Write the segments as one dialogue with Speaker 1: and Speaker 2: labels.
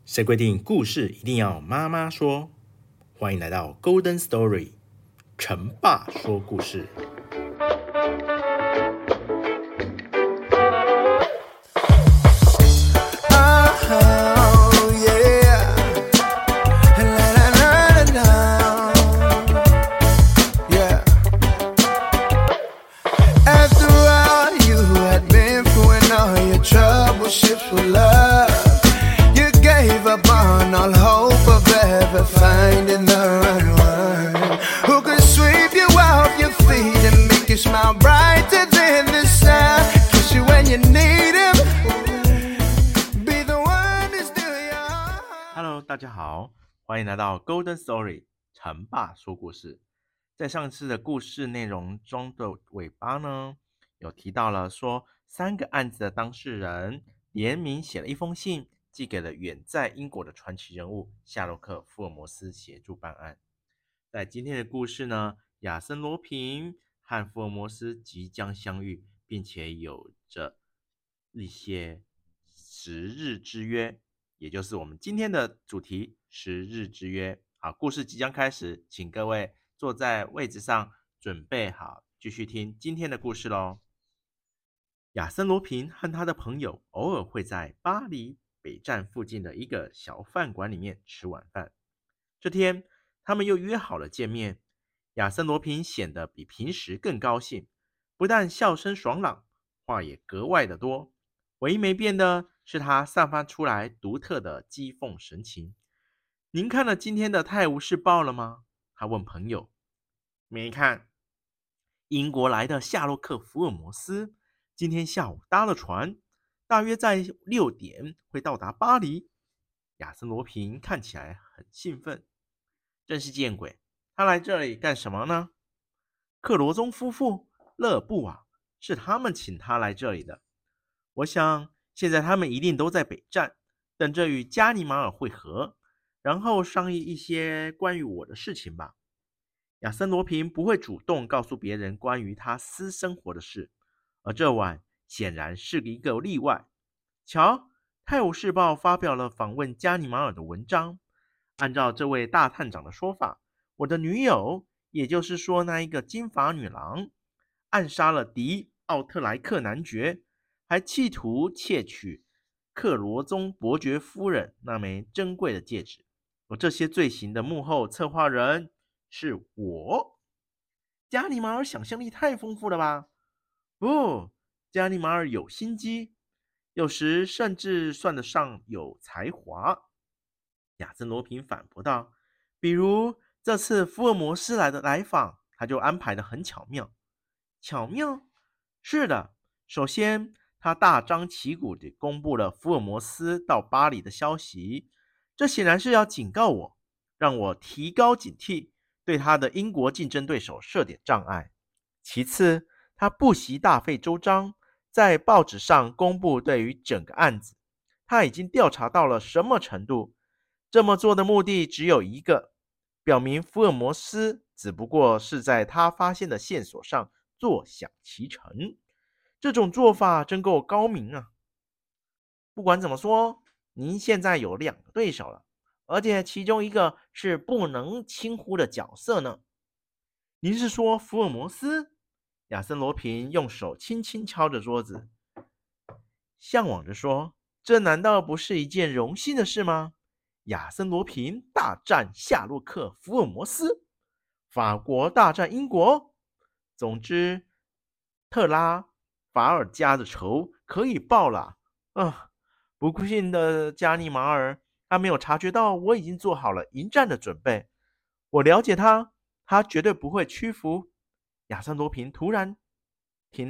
Speaker 1: 谁规定故事一定要妈妈说？欢迎来到 Golden Story， 陈爸说故事。Hello， 大家好，欢迎来到 Golden Story， 陈爸说故事。在上次的故事内容中的尾巴呢，有提到了说3个案子的当事人联名写了一封信，寄给了远在英国的传奇人物夏洛克·福尔摩斯协助办案。在今天的故事呢，亚森·罗平和福尔摩斯即将相遇，并且有着一些10日之约，也就是我们今天的主题10日之约。好，故事即将开始，请各位坐在位置上，准备好继续听今天的故事咯。亚森·罗平和他的朋友偶尔会在巴黎北站附近的一个小饭馆里面吃晚饭。这天他们又约好了见面。亚森·罗平显得比平时更高兴，不但笑声爽朗，话也格外的多。唯一没变的是他散发出来独特的讥讽神情。您看了今天的《泰晤士报》了吗？他问朋友。没看。英国来的夏洛克·福尔摩斯今天下午搭了船，大约在6点会到达巴黎。亚森·罗平看起来很兴奋。真是见鬼，他来这里干什么呢？克罗宗夫妇、勒布啊，是他们请他来这里的。我想现在他们一定都在北站，等着与加尼马尔会合，然后商议一些关于我的事情吧。亚森·罗平不会主动告诉别人关于他私生活的事，而这晚显然是一个例外。瞧，《泰晤士报》发表了访问加尼马尔的文章。按照这位大探长的说法，我的女友，也就是说那一个金发女郎，暗杀了迪奥特莱克男爵，还企图窃取克罗宗伯爵夫人那枚珍贵的戒指。而这些罪行的幕后策划人是我。加尼马尔想象力太丰富了吧？不，加尼马尔有心机，有时甚至算得上有才华。亚森·罗平反驳道，比如这次福尔摩斯来访，他就安排得很巧妙。巧妙？是的，首先他大张旗鼓地公布了福尔摩斯到巴黎的消息，这显然是要警告我，让我提高警惕，对他的英国竞争对手设点障碍。其次，他不惜大费周章，在报纸上公布对于整个案子他已经调查到了什么程度。这么做的目的只有一个，表明福尔摩斯只不过是在他发现的线索上坐享其成。这种做法真够高明啊！不管怎么说，您现在有2个对手了，而且其中一个是不能轻忽的角色呢。您是说福尔摩斯？亚森·罗平用手轻轻敲着桌子，向往着说：“这难道不是一件荣幸的事吗？”亚森·罗平大战夏洛克·福尔摩斯，法国大战英国。总之，特拉法尔加的仇可以报了。不幸的加尼马尔，他没有察觉到我已经做好了迎战的准备。我了解他，他绝对不会屈服。亚森·罗平突然停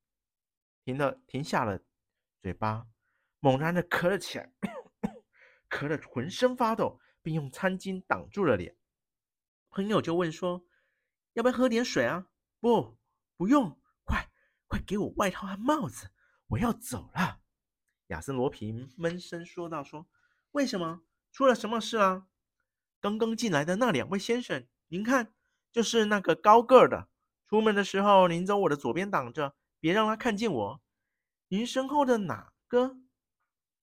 Speaker 1: 下了嘴巴，猛然的咳了起来。咳得浑身发抖，并用餐巾挡住了脸。朋友就问说：“要不要喝点水啊？”“不用，快给我外套和帽子，我要走了。”亚森·罗平闷声说道：“为什么？出了什么事啊？”“刚刚进来的那2位先生，您看，就是那个高个的。出门的时候，您走我的左边挡着，别让他看见我。您身后的哪个？”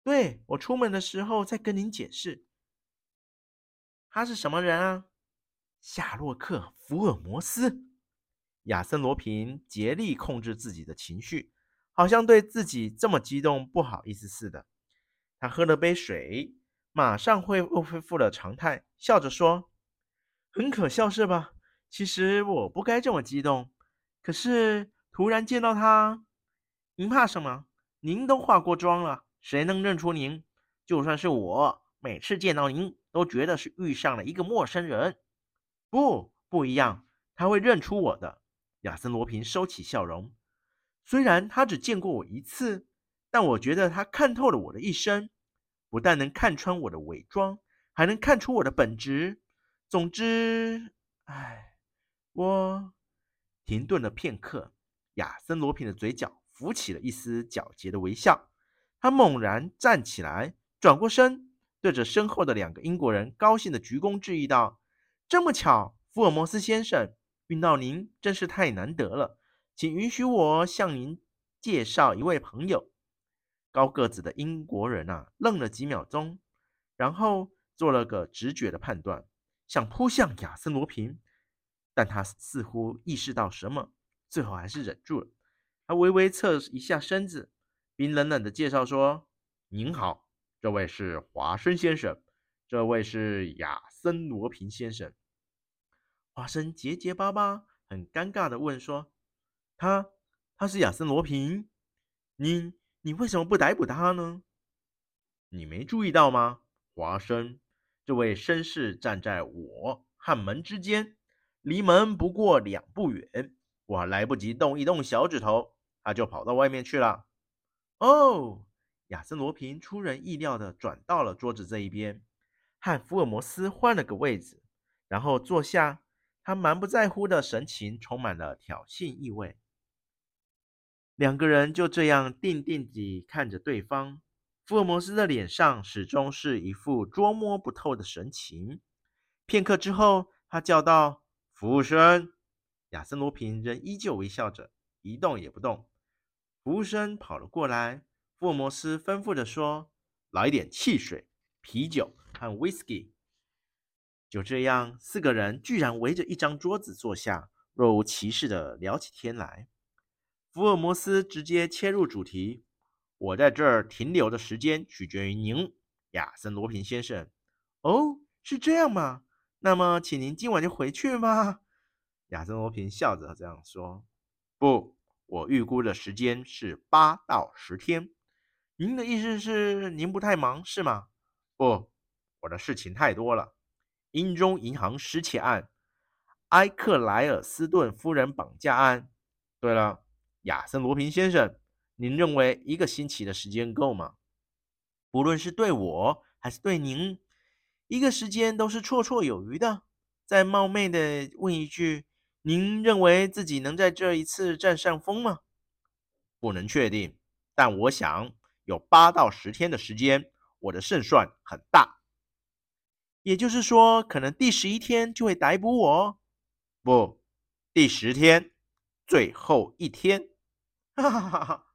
Speaker 1: 对，我出门的时候再跟您解释。他是什么人啊？夏洛克·福尔摩斯。亚森·罗平竭力控制自己的情绪，好像对自己这么激动不好意思似的。他喝了杯水，马上恢复了常态，笑着说：“很可笑是吧？其实我不该这么激动，可是突然见到他，您怕什么？您都化过妆了，谁能认出您？就算是我，每次见到您都觉得是遇上了一个陌生人。不一样，他会认出我的。”亚森·罗平收起笑容。虽然他只见过我一次，但我觉得他看透了我的一生，不但能看穿我的伪装，还能看出我的本质。总之，我停顿了片刻，亚森·罗平的嘴角浮起了一丝狡黠的微笑。他猛然站起来，转过身，对着身后的两个英国人高兴的鞠躬致意道：“这么巧，福尔摩斯先生，遇到您真是太难得了，请允许我向您介绍一位朋友。”高个子的英国人愣了几秒钟，然后做了个直觉的判断，想扑向亚森·罗平，但他似乎意识到什么，最后还是忍住了。他微微侧一下身子，并冷冷的介绍说：“您好，这位是华生先生，这位是亚森·罗平先生。”华生结结巴巴，很尴尬的问说：“他他是亚森·罗平？你为什么不逮捕他呢？”你没注意到吗？华生，这位绅士站在我和门之间，离门不过2步远。我还来不及动一动小指头，他就跑到外面去了。哦，亚森·罗平出人意料的转到了桌子这一边，和福尔摩斯换了个位置，然后坐下。他满不在乎的神情充满了挑衅意味。两个人就这样定定地看着对方。福尔摩斯的脸上始终是一副捉摸不透的神情。片刻之后，他叫道：“服务生！”亚森·罗平仍依旧微笑着，一动也不动。服务生跑了过来，福尔摩斯吩咐着说：“来点汽水、啤酒和威士忌。”就这样，四个人居然围着一张桌子坐下，若无其事地聊起天来。福尔摩斯直接切入主题：“我在这儿停留的时间取决于您，亚森·罗平先生。”哦，是这样吗？那么，请您今晚就回去吗？亚森·罗平笑着这样说：“不，我预估的时间是8到10天。您的意思是您不太忙，是吗？”不，我的事情太多了。英中银行失窃案、埃克莱尔斯顿夫人绑架案。对了，亚森·罗平先生，您认为1个星期的时间够吗？不论是对我还是对您，1个时间都是绰绰有余的。再冒昧的问一句，您认为自己能在这一次占上风吗？不能确定，但我想有8到10天的时间，我的胜算很大。也就是说，可能第11天就会逮捕我？不，第10天，最后一天。哈哈哈哈！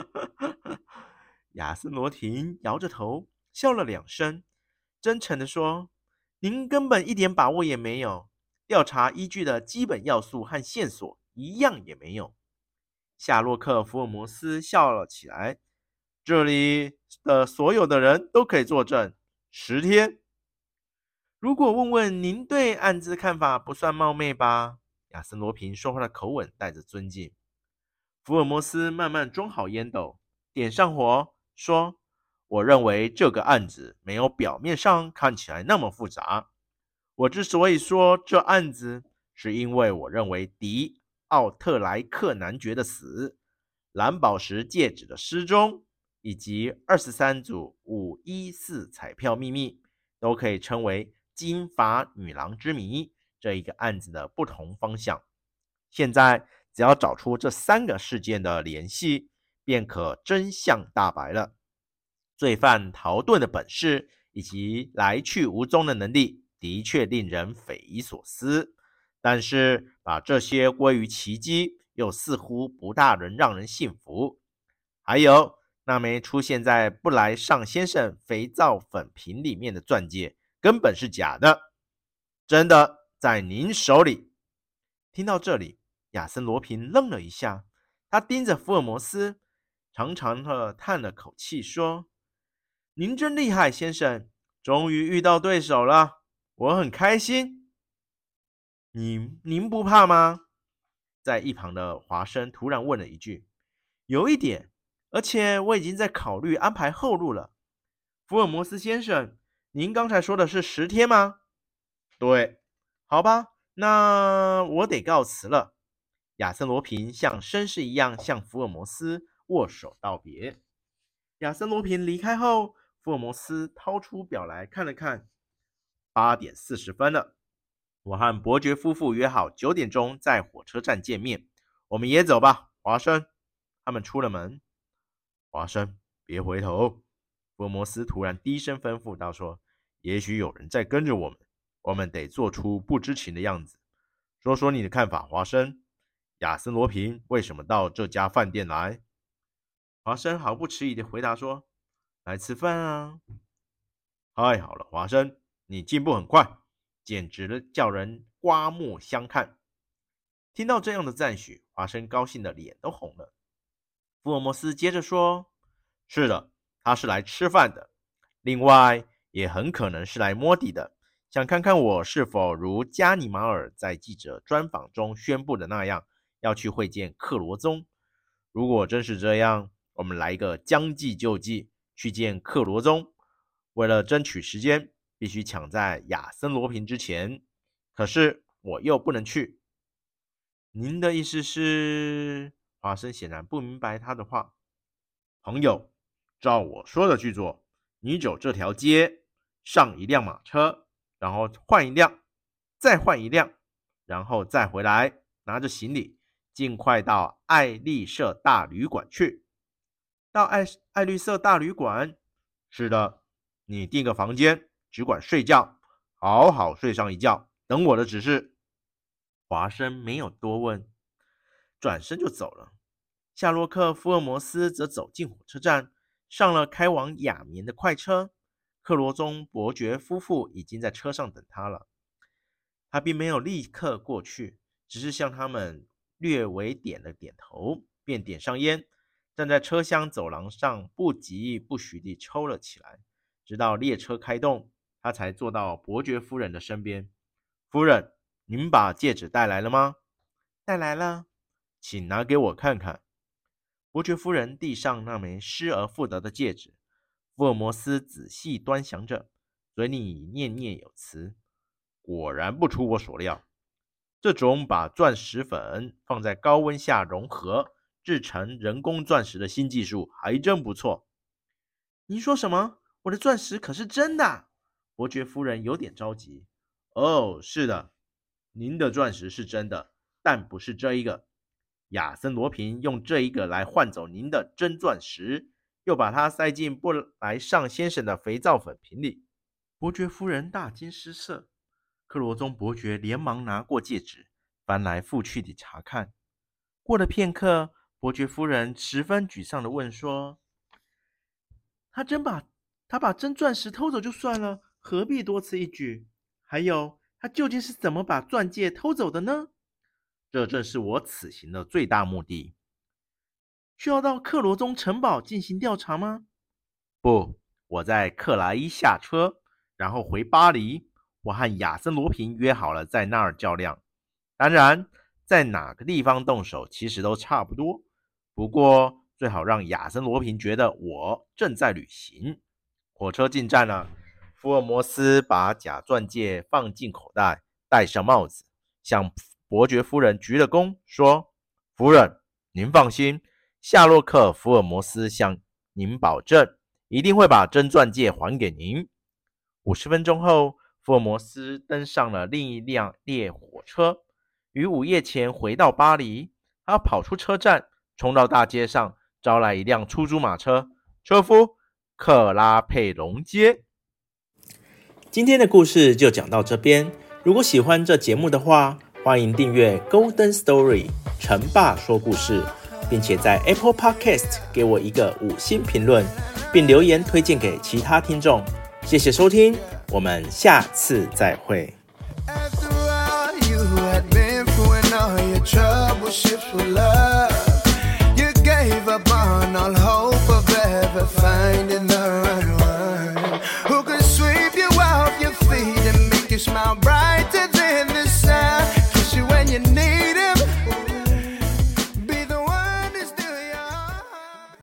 Speaker 1: 亚森·罗廷摇着头笑了2声，真诚地说：“您根本一点把握也没有，调查依据的基本要素和线索一样也没有。”夏洛克·福尔摩斯笑了起来：“这里的所有的人都可以作证，10天。如果问问您对案子看法，不算冒昧吧？”亚森·罗平说话的口吻带着尊敬。福尔摩斯慢慢装好烟斗，点上火，说：“我认为这个案子没有表面上看起来那么复杂。我之所以说这案子，是因为我认为奥特莱克男爵的死、蓝宝石戒指的失踪，以及23组514彩票秘密，都可以称为金发女郎之谜这一个案子的不同方向。现在只要找出这3个事件的联系，便可真相大白了。罪犯逃遁的本事以及来去无踪的能力，的确令人匪夷所思。但是把这些归于奇迹，又似乎不大能让人信服。还有， 那枚出现在布莱尚先生肥皂粉瓶里面的钻戒根本是假的，真的在您手里。听到这里，亚森罗平愣了一下，他盯着福尔摩斯，长长的叹了口气说：您真厉害，先生，终于遇到对手了，我很开心。您不怕吗？在一旁的华生突然问了一句。有一点，而且我已经在考虑安排后路了。福尔摩斯先生，您刚才说的是10天吗？对，好吧，那我得告辞了。亚森罗平像绅士一样向福尔摩斯握手道别。亚森罗平离开后，福尔摩斯掏出表来看了看，8点40分了。我和伯爵夫妇约好9点钟在火车站见面，我们也走吧，华生。他们出了门。华生，别回头！福尔摩斯突然低声吩咐道说：也许有人在跟着我们，我们得做出不知情的样子。说说你的看法，华生。亚森罗平为什么到这家饭店来？华生毫不迟疑地回答说：来吃饭啊。太好了，华生，你进步很快，简直叫人刮目相看。听到这样的赞许，华生高兴的脸都红了。福尔摩斯接着说：是的，他是来吃饭的，另外也很可能是来摸底的，想看看我是否如加尼马尔在记者专访中宣布的那样，要去会见克罗宗。如果真是这样，我们来一个将计就计，去见克罗宗。为了争取时间，必须抢在亚森罗平之前，可是我又不能去。您的意思是？华生显然不明白他的话。朋友，照我说的去做，你走这条街，上一辆马车，然后换一辆，再换一辆，然后再回来，拿着行李，尽快到爱丽舍大旅馆去。到爱丽舍大旅馆？是的，你订个房间，只管睡觉，好好睡上一觉，等我的指示。华生没有多问，转身就走了。夏洛克·福尔摩斯则走进火车站，上了开往亚眠的快车。克罗宗伯爵夫妇已经在车上等他了。他并没有立刻过去，只是向他们略微点了点头，便点上烟，站在车厢走廊上不疾不徐地抽了起来，直到列车开动，他才坐到伯爵夫人的身边。夫人，您把戒指带来了吗？带来了，请拿给我看看。伯爵夫人递上那枚失而复得的戒指，福尔摩斯仔细端详着，嘴里念念有词。果然不出我所料，这种把钻石粉放在高温下融合制成人工钻石的新技术还真不错。您说什么？我的钻石可是真的？伯爵夫人有点着急。哦，是的，您的钻石是真的，但不是这一个。亚森罗平用这一个来换走您的真钻石，又把它塞进布莱尚先生的肥皂粉瓶里。伯爵夫人大惊失色，克罗宗伯爵连忙拿过戒指，翻来覆去地查看。过了片刻，伯爵夫人十分沮丧地问说：他把真钻石偷走就算了，何必多此一举？还有，他究竟是怎么把钻戒偷走的呢？这正是我此行的最大目的。需要到克罗宗城堡进行调查吗？不，我在克莱伊下车，然后回巴黎。我和亚森罗平约好了在那儿较量。当然，在哪个地方动手其实都差不多，不过最好让亚森罗平觉得我正在旅行。火车进站了，福尔摩斯把假钻戒放进口袋，戴上帽子，向伯爵夫人鞠了躬，说：夫人，您放心，夏洛克·福尔摩斯向您保证，一定会把真钻戒还给您。50分钟后，福尔摩斯登上了另一辆列火车，于午夜前回到巴黎。他跑出车站，冲到大街上，招来一辆出租马车，车夫克拉佩隆街。今天的故事就讲到这边。如果喜欢这节目的话，欢迎订阅 Golden Story 陈爸说故事， 并且在 Apple Podcast 给我一个5星评论，并留言推荐给其他听众。谢谢收听，我们下次再会。
Speaker 2: Gave up on all hope of ever finding the